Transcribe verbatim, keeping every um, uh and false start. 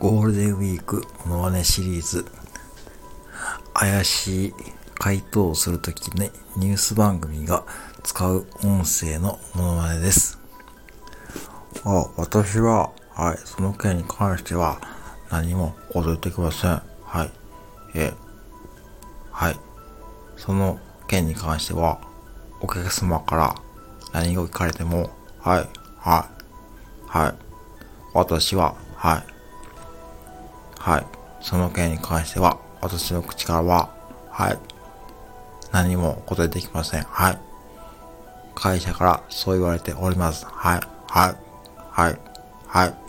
ゴールデンウィークモノマネシリーズ。怪しい回答をするときにニュース番組が使う音声のモノマネです。あ、私は、はい、その件に関しては何も答えてきません。はい。え、はい。その件に関しては、お客様から何を聞かれても、はい、はい、はい。私は、はい。はい。その件に関しては、私の口からは、はい。何も答えてきません。はい。会社からそう言われております。はい。はい。はい。はい。